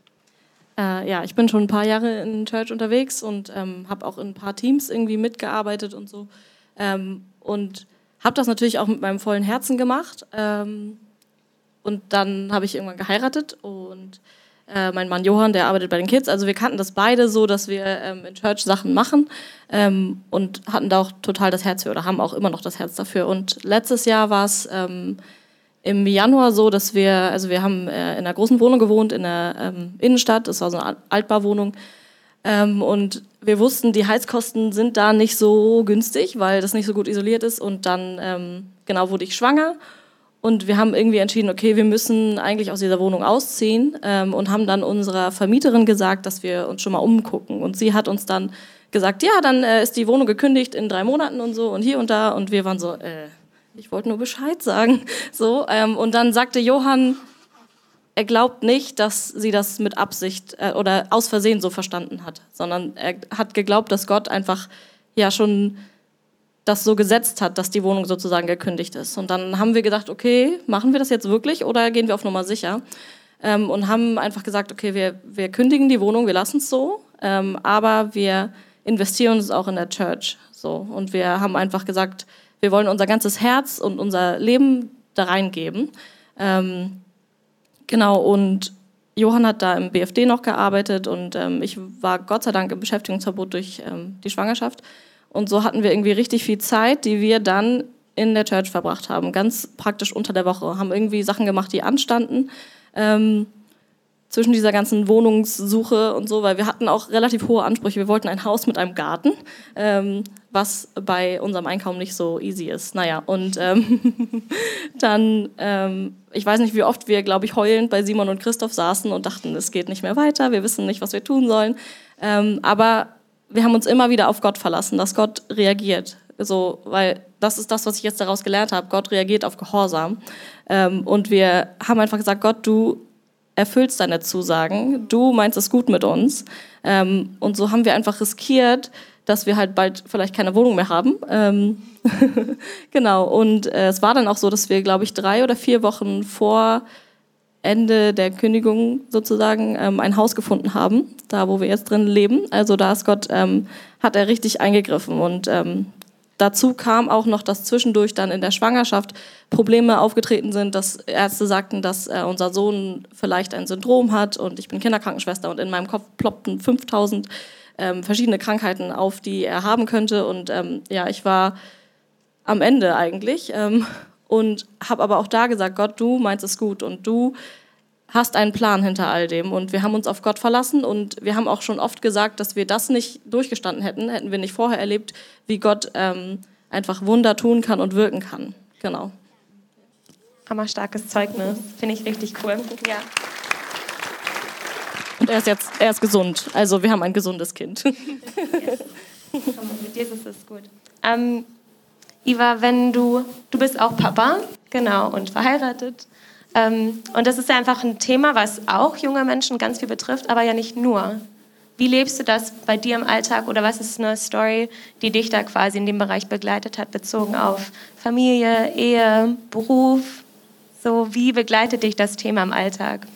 Äh, ja, ich bin schon ein paar Jahre in Church unterwegs und ähm, habe auch in ein paar Teams irgendwie mitgearbeitet und so. Ähm, und habe das natürlich auch mit meinem vollen Herzen gemacht. Ähm, und dann habe ich irgendwann geheiratet und äh, mein Mann Johann, der arbeitet bei den Kids. Also wir kannten das beide so, dass wir ähm, in Church Sachen machen ähm, und hatten da auch total das Herz für oder haben auch immer noch das Herz dafür. Und letztes Jahr war es ähm, im Januar so, dass wir, also wir haben äh, in einer großen Wohnung gewohnt, in der ähm, Innenstadt, das war so eine Altbauwohnung ähm, und wir wussten, die Heizkosten sind da nicht so günstig, weil das nicht so gut isoliert ist und dann, ähm, genau, wurde ich schwanger und wir haben irgendwie entschieden, okay, wir müssen eigentlich aus dieser Wohnung ausziehen ähm, und haben dann unserer Vermieterin gesagt, dass wir uns schon mal umgucken. Und sie hat uns dann gesagt, ja, dann äh, ist die Wohnung gekündigt in drei Monaten und so und hier und da. Und wir waren so, äh, ich wollte nur Bescheid sagen. So, ähm, und dann sagte Johann, er glaubt nicht, dass sie das mit Absicht äh, oder aus Versehen so verstanden hat, sondern er hat geglaubt, dass Gott einfach ja schon das so gesetzt hat, dass die Wohnung sozusagen gekündigt ist. Und dann haben wir gedacht, okay, machen wir das jetzt wirklich oder gehen wir auf Nummer sicher? Ähm, und haben einfach gesagt, okay, wir, wir kündigen die Wohnung, wir lassen es so, ähm, aber wir investieren uns auch in der Church. So. Und wir haben einfach gesagt, wir wollen unser ganzes Herz und unser Leben da reingeben. Ähm, genau, und Johann hat da im B F D noch gearbeitet und ähm, ich war Gott sei Dank im Beschäftigungsverbot durch ähm, die Schwangerschaft. Und so hatten wir irgendwie richtig viel Zeit, die wir dann in der Church verbracht haben, ganz praktisch unter der Woche. Haben irgendwie Sachen gemacht, die anstanden, ähm, zwischen dieser ganzen Wohnungssuche und so, weil wir hatten auch relativ hohe Ansprüche. Wir wollten ein Haus mit einem Garten, ähm, was bei unserem Einkommen nicht so easy ist. Naja, und ähm, dann, ähm, ich weiß nicht, wie oft wir, glaube ich, heulend bei Simon und Christoph saßen und dachten, es geht nicht mehr weiter, wir wissen nicht, was wir tun sollen. Ähm, aber wir haben uns immer wieder auf Gott verlassen, dass Gott reagiert. So, weil das ist das, was ich jetzt daraus gelernt habe. Gott reagiert auf Gehorsam. Ähm, und wir haben einfach gesagt, Gott, du erfüllst deine Zusagen, du meinst es gut mit uns. Ähm, und so haben wir einfach riskiert, dass wir halt bald vielleicht keine Wohnung mehr haben. Ähm genau, und äh, es war dann auch so, dass wir, glaube ich, drei oder vier Wochen vor Ende der Kündigung sozusagen ähm, ein Haus gefunden haben, da wo wir jetzt drin leben. Also da ist Gott, ähm, hat er richtig eingegriffen. Und ähm, dazu kam auch noch, dass zwischendurch dann in der Schwangerschaft Probleme aufgetreten sind, dass Ärzte sagten, dass äh, unser Sohn vielleicht ein Syndrom hat und ich bin Kinderkrankenschwester und in meinem Kopf ploppten fünftausend ähm, verschiedene Krankheiten auf, die er haben könnte. Und ähm, ja, ich war am Ende eigentlich. Ähm, Und habe aber auch da gesagt, Gott, du meinst es gut und du hast einen Plan hinter all dem. Und wir haben uns auf Gott verlassen und wir haben auch schon oft gesagt, dass wir das nicht durchgestanden hätten, hätten wir nicht vorher erlebt, wie Gott ähm, einfach Wunder tun kann und wirken kann. Genau. Hammerstarkes Zeugnis, finde ich richtig cool. Ja. Und er ist jetzt, er ist gesund. Also wir haben ein gesundes Kind. Yes. Mit Jesus ist es gut. Ähm, Iva, wenn du, du bist auch Papa, genau, und verheiratet. Ähm, und das ist ja einfach ein Thema, was auch junge Menschen ganz viel betrifft, aber ja nicht nur. Wie lebst du das bei dir im Alltag oder was ist eine Story, die dich da quasi in dem Bereich begleitet hat, bezogen auf Familie, Ehe, Beruf? So, wie begleitet dich das Thema im Alltag?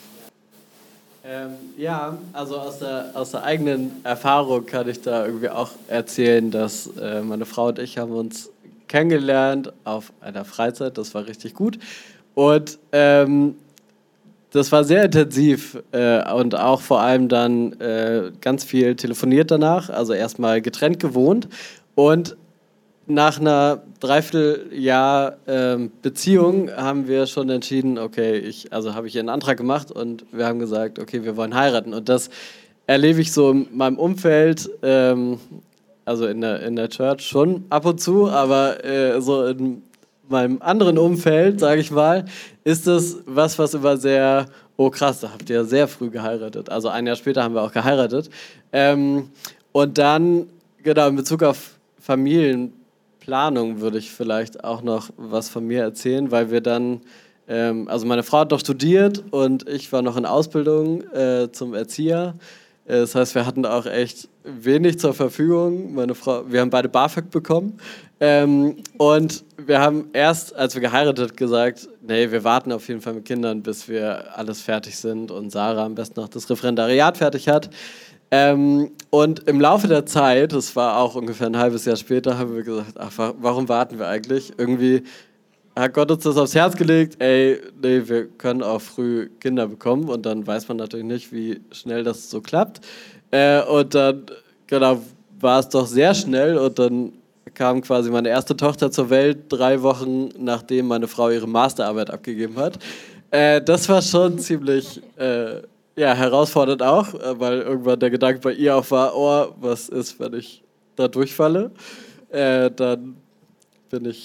Ähm, ja, also aus der, aus der eigenen Erfahrung kann ich da irgendwie auch erzählen, dass äh, meine Frau und ich haben uns kennengelernt auf einer Freizeit, das war richtig gut und ähm, das war sehr intensiv äh, und auch vor allem dann äh, ganz viel telefoniert danach, also erstmal getrennt gewohnt und nach einer Dreivierteljahr äh, Beziehung haben wir schon entschieden, okay, ich, also habe ich einen Antrag gemacht und wir haben gesagt, okay, wir wollen heiraten und das erlebe ich so in meinem Umfeld, ähm, also in der, in der Church schon ab und zu, aber äh, so in meinem anderen Umfeld, sage ich mal, ist das was, was immer sehr, oh krass, da habt ihr ja sehr früh geheiratet. Also ein Jahr später haben wir auch geheiratet. Ähm, und dann, genau, in Bezug auf Familienplanung würde ich vielleicht auch noch was von mir erzählen, weil wir dann, ähm, also meine Frau hat noch studiert und ich war noch in Ausbildung äh, zum Erzieher. Das heißt, wir hatten auch echt wenig zur Verfügung. Meine Frau, wir haben beide BAföG bekommen. Ähm, und wir haben erst, als wir geheiratet, gesagt, nee, wir warten auf jeden Fall mit Kindern, bis wir alles fertig sind und Sarah am besten noch das Referendariat fertig hat. Ähm, und im Laufe der Zeit, das war auch ungefähr ein halbes Jahr später, haben wir gesagt, ach, warum warten wir eigentlich? Irgendwie hat Gott uns das aufs Herz gelegt, ey, nee, wir können auch früh Kinder bekommen und dann weiß man natürlich nicht, wie schnell das so klappt. Äh, und dann, genau, war es doch sehr schnell und dann kam quasi meine erste Tochter zur Welt, drei Wochen nachdem meine Frau ihre Masterarbeit abgegeben hat. Äh, das war schon ziemlich äh, ja, herausfordernd auch, weil irgendwann der Gedanke bei ihr auch war, oh, was ist, wenn ich da durchfalle? Äh, dann bin ich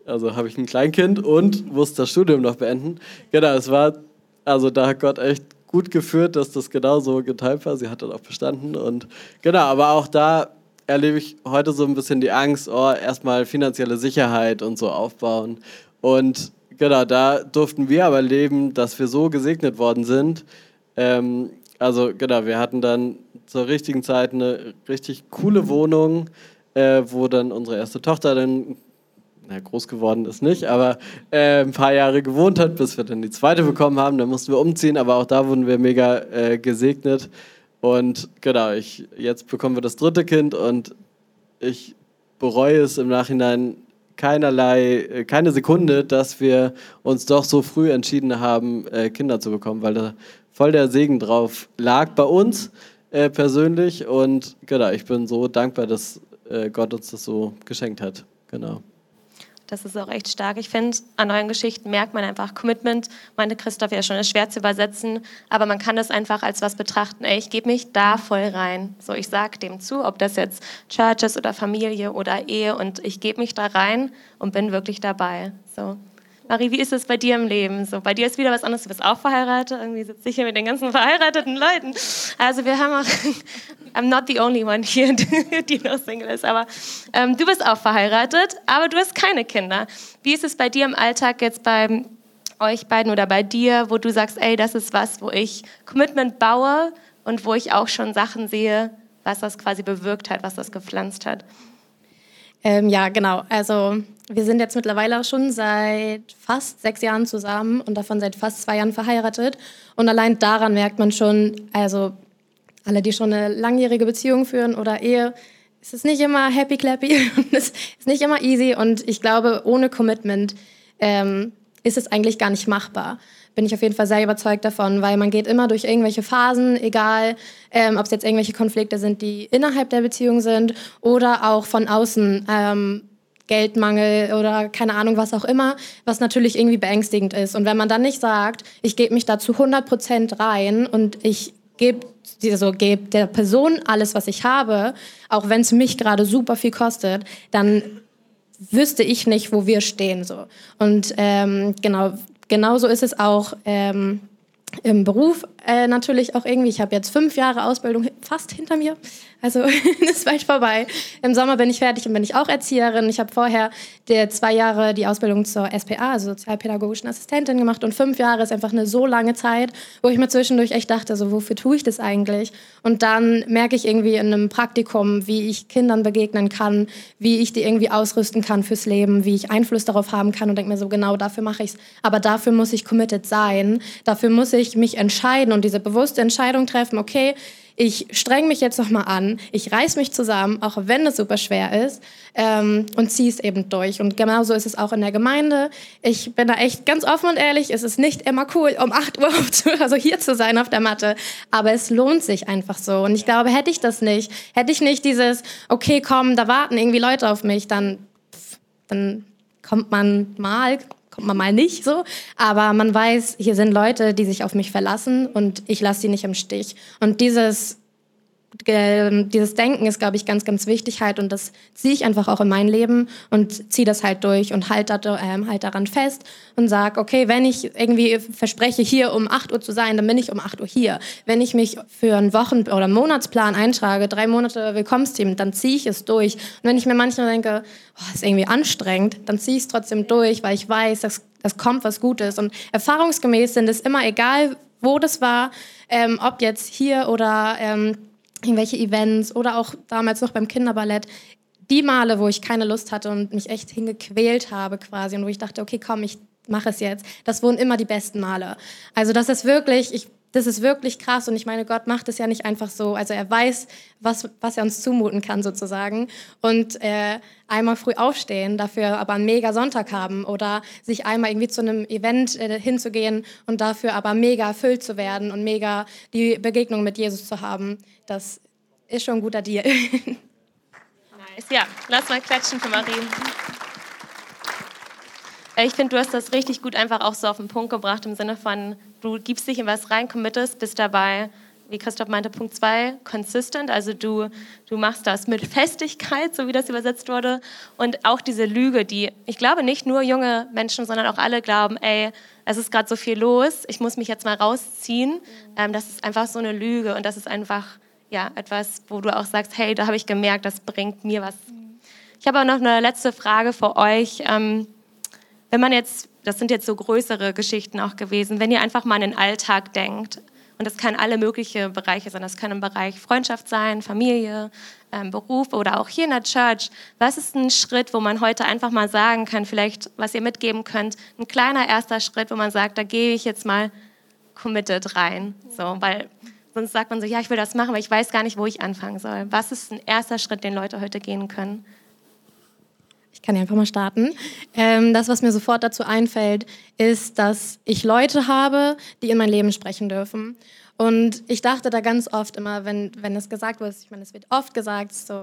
also habe ich ein Kleinkind und muss das Studium noch beenden. Genau, es war, also da hat Gott echt gut geführt, dass das genau so geteilt war. Sie hat dann auch bestanden und genau, aber auch da erlebe ich heute so ein bisschen die Angst, oh, erstmal finanzielle Sicherheit und so aufbauen. Und genau, da durften wir aber leben, dass wir so gesegnet worden sind. Ähm, also genau, wir hatten dann zur richtigen Zeit eine richtig coole Wohnung, äh, wo dann unsere erste Tochter dann, na, groß geworden ist nicht, aber äh, ein paar Jahre gewohnt hat, bis wir dann die zweite bekommen haben. Dann mussten wir umziehen, aber auch da wurden wir mega äh, gesegnet. Und genau, ich, jetzt bekommen wir das dritte Kind und ich bereue es im Nachhinein keinerlei, keine Sekunde, dass wir uns doch so früh entschieden haben, äh, Kinder zu bekommen, weil da voll der Segen drauf lag bei uns äh, persönlich. Und genau, ich bin so dankbar, dass äh, Gott uns das so geschenkt hat. Genau. Das ist auch echt stark. Ich finde, an euren Geschichten merkt man einfach Commitment. Meinte Christoph ja schon, ist schwer zu übersetzen, aber man kann das einfach als was betrachten. Ey, ich gebe mich da voll rein. So, ich sage dem zu, ob das jetzt Church ist oder Familie oder Ehe, und ich gebe mich da rein und bin wirklich dabei. So. Marie, wie ist es bei dir im Leben? So, bei dir ist wieder was anderes, du bist auch verheiratet. Irgendwie sitze ich hier mit den ganzen verheirateten Leuten. Also wir haben auch, I'm not the only one hier, die noch Single ist, aber ähm, du bist auch verheiratet, aber du hast keine Kinder. Wie ist es bei dir im Alltag jetzt bei euch beiden oder bei dir, wo du sagst, ey, das ist was, wo ich Commitment baue und wo ich auch schon Sachen sehe, was das quasi bewirkt hat, was das gepflanzt hat? Ähm, ja, genau. Also wir sind jetzt mittlerweile auch schon seit fast sechs Jahren zusammen und davon seit fast zwei Jahren verheiratet. Und allein daran merkt man schon, also alle, die schon eine langjährige Beziehung führen oder Ehe, es ist nicht immer happy clappy und es ist nicht immer easy. Und ich glaube, ohne Commitment ähm, ist es eigentlich gar nicht machbar. Bin ich auf jeden Fall sehr überzeugt davon, weil man geht immer durch irgendwelche Phasen, egal ähm, ob es jetzt irgendwelche Konflikte sind, die innerhalb der Beziehung sind oder auch von außen, ähm, Geldmangel oder keine Ahnung, was auch immer, was natürlich irgendwie beängstigend ist. Und wenn man dann nicht sagt, ich gebe mich da zu hundert Prozent rein und ich gebe also geb der Person alles, was ich habe, auch wenn es mich gerade super viel kostet, dann wüsste ich nicht, wo wir stehen. So. Und ähm, genau, genauso ist es auch ähm, im Beruf äh, natürlich auch irgendwie. Ich habe jetzt fünf Jahre Ausbildung fast hinter mir, also ist bald vorbei. Im Sommer bin ich fertig und bin ich auch Erzieherin. Ich habe vorher der zwei Jahre die Ausbildung zur S P A, also sozialpädagogischen Assistentin, gemacht, und fünf Jahre ist einfach eine so lange Zeit, wo ich mir zwischendurch echt dachte, so, wofür tue ich das eigentlich? Und dann merke ich irgendwie in einem Praktikum, wie ich Kindern begegnen kann, wie ich die irgendwie ausrüsten kann fürs Leben, wie ich Einfluss darauf haben kann, und denke mir so, genau dafür mache ich es. Aber dafür muss ich committed sein, dafür muss ich mich entscheiden und diese bewusste Entscheidung treffen, okay, ich streng mich jetzt nochmal an, ich reiß mich zusammen, auch wenn es super schwer ist, ähm, und ziehe es eben durch. Und genauso ist es auch in der Gemeinde. Ich bin da echt ganz offen und ehrlich, es ist nicht immer cool, um acht Uhr also hier zu sein auf der Matte, aber es lohnt sich einfach so. Und ich glaube, hätte ich das nicht, hätte ich nicht dieses, okay, komm, da warten irgendwie Leute auf mich, dann, pff, dann kommt man mal... kommt man mal nicht so, aber man weiß, hier sind Leute, die sich auf mich verlassen und ich lasse sie nicht im Stich. Und dieses, äh, dieses Denken ist, glaube ich, ganz, ganz wichtig halt, und das ziehe ich einfach auch in mein Leben und ziehe das halt durch und halt, da, äh, halt daran fest und sage, okay, wenn ich irgendwie verspreche, hier um acht Uhr zu sein, dann bin ich um acht Uhr hier. Wenn ich mich für einen Wochen- oder Monatsplan eintrage, drei Monate Willkommensteam, dann ziehe ich es durch. Und wenn ich mir manchmal denke, oh, das ist irgendwie anstrengend, dann ziehe ich es trotzdem durch, weil ich weiß, dass das kommt was Gutes. Und erfahrungsgemäß sind es immer, egal wo das war, ähm, ob jetzt hier oder ähm, irgendwelche Events oder auch damals noch beim Kinderballett, die Male, wo ich keine Lust hatte und mich echt hingequält habe quasi und wo ich dachte, okay, komm, ich mache es jetzt, das wurden immer die besten Male. Also das ist wirklich, ich, das ist wirklich krass, und ich meine, Gott macht es ja nicht einfach so, also er weiß, was, was er uns zumuten kann sozusagen, und äh, einmal früh aufstehen, dafür aber einen mega Sonntag haben oder sich einmal irgendwie zu einem Event äh, hinzugehen und dafür aber mega erfüllt zu werden und mega die Begegnung mit Jesus zu haben, das ist schon ein guter Deal. Nice. Ja, lass mal klatschen für Marie. Ich finde, du hast das richtig gut einfach auch so auf den Punkt gebracht, im Sinne von, du gibst dich in was rein, committest, bist dabei, wie Christoph meinte, Punkt zwei, consistent, also du, du machst das mit Festigkeit, so wie das übersetzt wurde. Und auch diese Lüge, die, ich glaube, nicht nur junge Menschen, sondern auch alle glauben, ey, es ist gerade so viel los, ich muss mich jetzt mal rausziehen. Ähm, das ist einfach so eine Lüge und das ist einfach ja, etwas, wo du auch sagst, hey, da habe ich gemerkt, das bringt mir was. Ich habe auch noch eine letzte Frage für euch. Ähm, wenn man jetzt, das sind jetzt so größere Geschichten auch gewesen, wenn ihr einfach mal an den Alltag denkt, und das kann alle möglichen Bereiche sein, das kann im Bereich Freundschaft sein, Familie, ähm, Beruf oder auch hier in der Church. Was ist ein Schritt, wo man heute einfach mal sagen kann, vielleicht, was ihr mitgeben könnt, ein kleiner erster Schritt, wo man sagt, da gehe ich jetzt mal committed rein, so, weil sonst sagt man so, ja, ich will das machen, aber ich weiß gar nicht, wo ich anfangen soll. Was ist ein erster Schritt, den Leute heute gehen können? Ich kann ja einfach mal starten. Ähm, das, was mir sofort dazu einfällt, ist, dass ich Leute habe, die in mein Leben sprechen dürfen. Und ich dachte da ganz oft immer, wenn, wenn es gesagt wird, ich meine, es wird oft gesagt, so,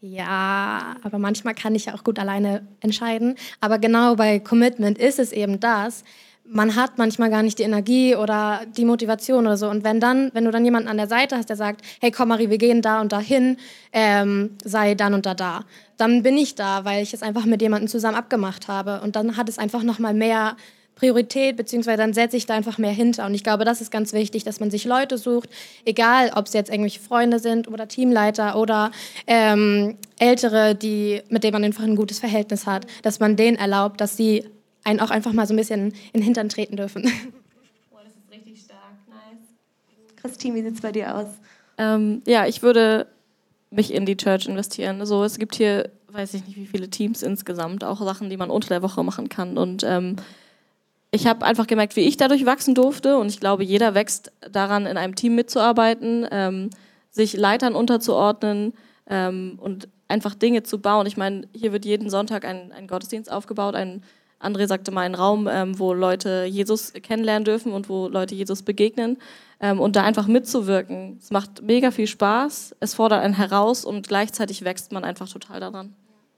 ja, aber manchmal kann ich ja auch gut alleine entscheiden. Aber genau bei Commitment ist es eben das, man hat manchmal gar nicht die Energie oder die Motivation oder so. Und wenn dann, wenn du dann jemanden an der Seite hast, der sagt, hey, komm Marie, wir gehen da und da hin, ähm, sei dann und da da, dann bin ich da, weil ich es einfach mit jemandem zusammen abgemacht habe. Und dann hat es einfach nochmal mehr Priorität, beziehungsweise dann setze ich da einfach mehr hinter. Und ich glaube, das ist ganz wichtig, dass man sich Leute sucht, egal ob es jetzt irgendwelche Freunde sind oder Teamleiter oder ähm, Ältere, die, mit denen man einfach ein gutes Verhältnis hat, dass man denen erlaubt, dass sie einen auch einfach mal so ein bisschen in den Hintern treten dürfen. Boah, das ist richtig stark, nice. Christine, wie sieht es bei dir aus? Ähm, ja, ich würde mich in die Church investieren. Also es gibt hier, weiß ich nicht, wie viele Teams insgesamt, auch Sachen, die man unter der Woche machen kann. Und ähm, ich habe einfach gemerkt, wie ich dadurch wachsen durfte. Und ich glaube, jeder wächst daran, in einem Team mitzuarbeiten, ähm, sich Leitern unterzuordnen ähm, und einfach Dinge zu bauen. Ich meine, hier wird jeden Sonntag ein, ein Gottesdienst aufgebaut, ein André sagte mal, ein Raum, ähm, wo Leute Jesus kennenlernen dürfen und wo Leute Jesus begegnen ähm, und da einfach mitzuwirken. Es macht mega viel Spaß, es fordert einen heraus und gleichzeitig wächst man einfach total daran.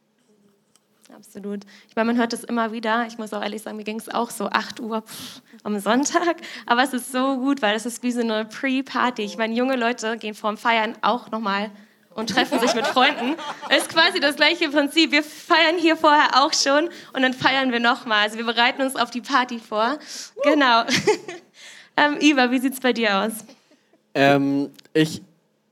Absolut. Ich meine, man hört das immer wieder. Ich muss auch ehrlich sagen, mir ging es auch so acht Uhr pff, am Sonntag. Aber es ist so gut, weil es ist wie so eine Pre-Party. Ich meine, junge Leute gehen vorm Feiern auch nochmal und treffen sich mit Freunden. Es ist quasi das gleiche Prinzip. Wir feiern hier vorher auch schon und dann feiern wir nochmal. Also wir bereiten uns auf die Party vor. Genau. ähm, Iva, wie sieht es bei dir aus? Ähm, ich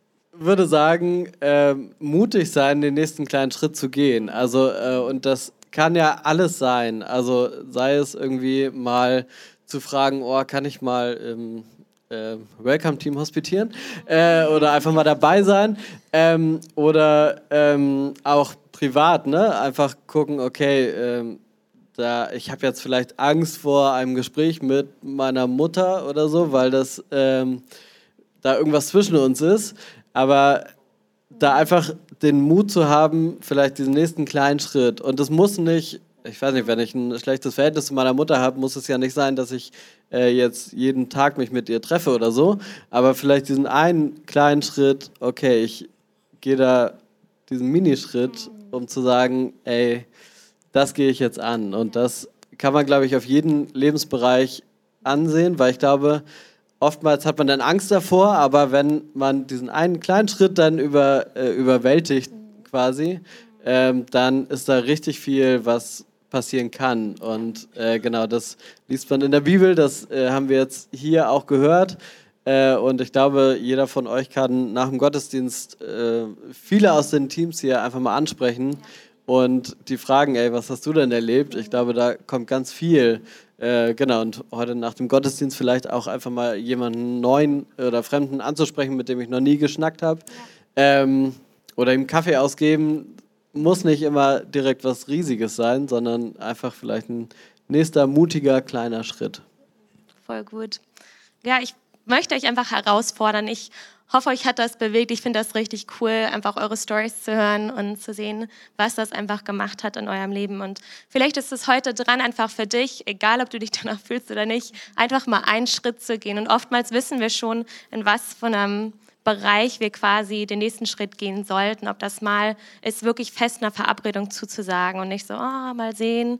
würde sagen, äh, mutig sein, den nächsten kleinen Schritt zu gehen. Also, äh, und das kann ja alles sein. Also sei es irgendwie mal zu fragen, oh, kann ich mal ähm, äh, Welcome-Team hospitieren äh, oder einfach mal dabei sein ähm, oder ähm, auch privat, ne? Einfach gucken, okay, ähm, da, ich habe jetzt vielleicht Angst vor einem Gespräch mit meiner Mutter oder so, weil das ähm, da irgendwas zwischen uns ist, aber da einfach den Mut zu haben, vielleicht diesen nächsten kleinen Schritt. Und das muss nicht, ich weiß nicht, wenn ich ein schlechtes Verhältnis zu meiner Mutter habe, muss es ja nicht sein, dass ich äh, jetzt jeden Tag mich mit ihr treffe oder so, aber vielleicht diesen einen kleinen Schritt, okay, ich gehe da diesen Minischritt, um zu sagen, ey, das gehe ich jetzt an. Und das kann man, glaube ich, auf jeden Lebensbereich ansehen, weil ich glaube, oftmals hat man dann Angst davor, aber wenn man diesen einen kleinen Schritt dann über, äh, überwältigt quasi, ähm, dann ist da richtig viel, was passieren kann. Und äh, genau, das liest man in der Bibel, das äh, haben wir jetzt hier auch gehört. Äh, und ich glaube, jeder von euch kann nach dem Gottesdienst äh, viele aus den Teams hier einfach mal ansprechen und die fragen, ey, was hast du denn erlebt? Ich glaube, da kommt ganz viel. Äh, genau, und heute nach dem Gottesdienst vielleicht auch einfach mal jemanden neuen oder Fremden anzusprechen, mit dem ich noch nie geschnackt habe. Ja. Ähm, oder ihm Kaffee ausgeben, muss nicht immer direkt was Riesiges sein, sondern einfach vielleicht ein nächster mutiger kleiner Schritt. Voll gut. Ja, ich möchte euch einfach herausfordern. Ich hoffe, euch hat das bewegt. Ich finde das richtig cool, einfach eure Storys zu hören und zu sehen, was das einfach gemacht hat in eurem Leben. Und vielleicht ist es heute dran, einfach für dich, egal ob du dich danach fühlst oder nicht, einfach mal einen Schritt zu gehen. Und oftmals wissen wir schon, in was von einem Bereich wir quasi den nächsten Schritt gehen sollten. Ob das mal ist, wirklich fest einer Verabredung zuzusagen und nicht so, oh, mal sehen.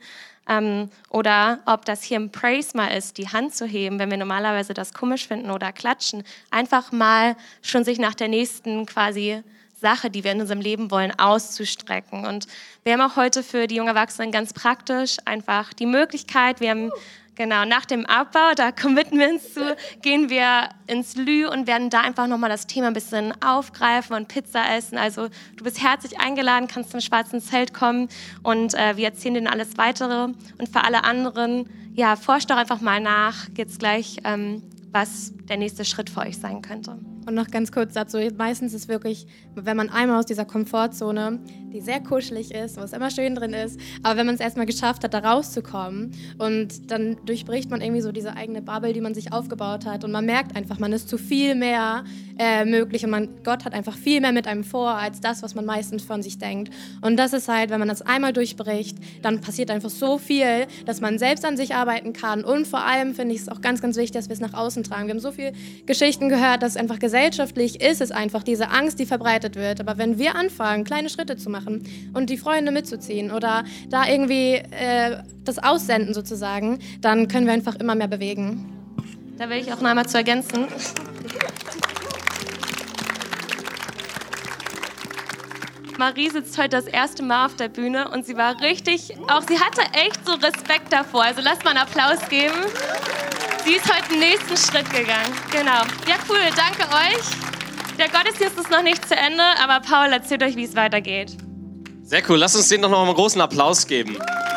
Ähm, oder ob das hier im Praise mal ist, die Hand zu heben, wenn wir normalerweise das komisch finden oder klatschen. Einfach mal schon sich nach der nächsten quasi Sache, die wir in unserem Leben wollen, auszustrecken. Und wir haben auch heute für die jungen Erwachsenen ganz praktisch einfach die Möglichkeit, wir haben genau nach dem Abbau, da committen wir uns zu, gehen wir ins Lü und werden da einfach nochmal das Thema ein bisschen aufgreifen und Pizza essen. Also du bist herzlich eingeladen, kannst zum Schwarzen Zelt kommen und äh, wir erzählen dir alles Weitere. Und für alle anderen, ja, forscht doch einfach mal nach, geht's gleich, ähm, was der nächste Schritt für euch sein könnte. Und noch ganz kurz dazu, meistens ist wirklich, wenn man einmal aus dieser Komfortzone, die sehr kuschelig ist, wo es immer schön drin ist, aber wenn man es erstmal geschafft hat, da rauszukommen und dann durchbricht man irgendwie so diese eigene Bubble, die man sich aufgebaut hat und man merkt einfach, man ist zu viel mehr äh, möglich und man, Gott hat einfach viel mehr mit einem vor, als das, was man meistens von sich denkt. Und das ist halt, wenn man das einmal durchbricht, dann passiert einfach so viel, dass man selbst an sich arbeiten kann und vor allem finde ich es auch ganz, ganz wichtig, dass wir es nach außen tragen. Wir haben so viele Geschichten gehört, dass einfach gesellschaftlich ist es einfach diese Angst, die verbreitet wird. Aber wenn wir anfangen, kleine Schritte zu machen und die Freunde mitzuziehen oder da irgendwie äh, das aussenden sozusagen, dann können wir einfach immer mehr bewegen. Da will ich auch noch einmal zu ergänzen. Marie sitzt heute das erste Mal auf der Bühne und sie war richtig, auch sie hatte echt so Respekt davor. Also lasst mal einen Applaus geben. Sie ist heute den nächsten Schritt gegangen. Genau. Ja, cool. Danke euch. Der Gottesdienst ist noch nicht zu Ende, aber Paul erzählt euch, wie es weitergeht. Sehr cool. Lasst uns denen doch noch mal einen großen Applaus geben.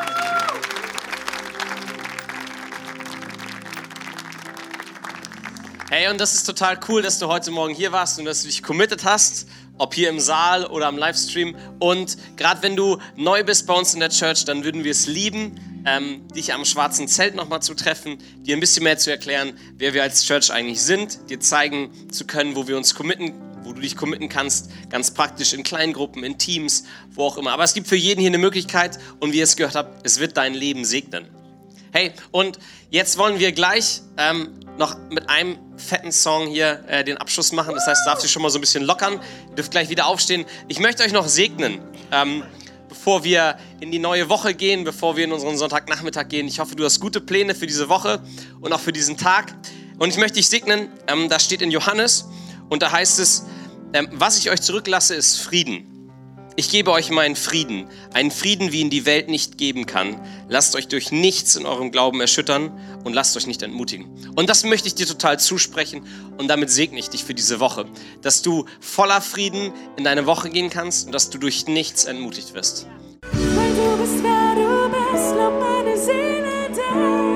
Hey, und das ist total cool, dass du heute Morgen hier warst und dass du dich committed hast, ob hier im Saal oder am Livestream. Und gerade wenn du neu bist bei uns in der Church, dann würden wir es lieben, ähm, dich am Schwarzen Zelt nochmal zu treffen, dir ein bisschen mehr zu erklären, wer wir als Church eigentlich sind, dir zeigen zu können, wo wir uns committen, wo du dich committen kannst, ganz praktisch in Kleingruppen, in Teams, wo auch immer. Aber es gibt für jeden hier eine Möglichkeit und wie ihr es gehört habt, es wird dein Leben segnen. Hey, und jetzt wollen wir gleich ähm, noch mit einem fetten Song hier äh, den Abschluss machen. Das heißt, darfst du schon mal so ein bisschen lockern. Ihr dürft gleich wieder aufstehen. Ich möchte euch noch segnen, ähm, bevor wir in die neue Woche gehen, bevor wir in unseren Sonntagnachmittag gehen. Ich hoffe, du hast gute Pläne für diese Woche und auch für diesen Tag. Und ich möchte dich segnen, ähm, das steht in Johannes und da heißt es, ähm, was ich euch zurücklasse, ist Frieden. Ich gebe euch meinen Frieden, einen Frieden, wie ihn die Welt nicht geben kann. Lasst euch durch nichts in eurem Glauben erschüttern und lasst euch nicht entmutigen. Und das möchte ich dir total zusprechen und damit segne ich dich für diese Woche, dass du voller Frieden in deine Woche gehen kannst und dass du durch nichts entmutigt wirst. Weil du bist, wer du bist, lob meine Seele dir.